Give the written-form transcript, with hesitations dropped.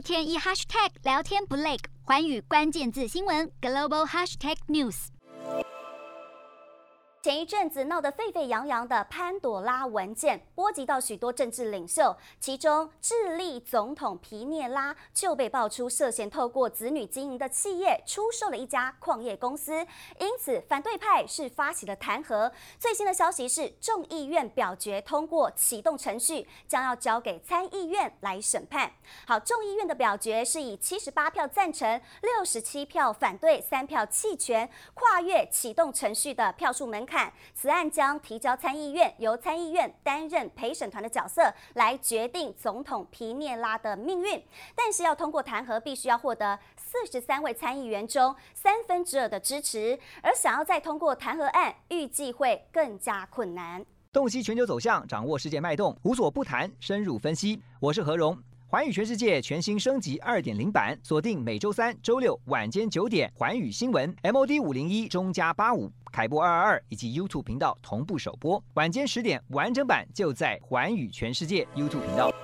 天一 hashtag 聊天不累，寰宇关键字新闻 global hashtag news。 前一阵子闹得沸沸扬扬的潘朵拉文件，波及到许多政治领袖，其中智利总统皮涅拉就被爆出涉嫌透过子女经营的企业出售了一家矿业公司，因此反对派是发起了弹劾。最新的消息是，众议院表决通过启动程序，将要交给参议院来审判。好，众议院的表决是以78票赞成、67票反对、3票弃权，跨越启动程序的票数门槛。此案将提交参议院，由参议院担任陪审团的角色，来决定总统皮涅拉的命运。但是要通过弹劾，必须要获得43位参议员中2/3的支持，而想要再通过弹劾案，预计会更加困难。 洞悉全球走向，掌握世界脉动，无所不谈，深入分析。我是何荣。寰宇全世界全新升级2.0版，锁定每周3、周6晚间9点，寰宇新闻 MOD 501中加85。凯播222以及 YouTube 频道同步首播，晚间10点完整版就在寰宇全世界 YouTube 频道。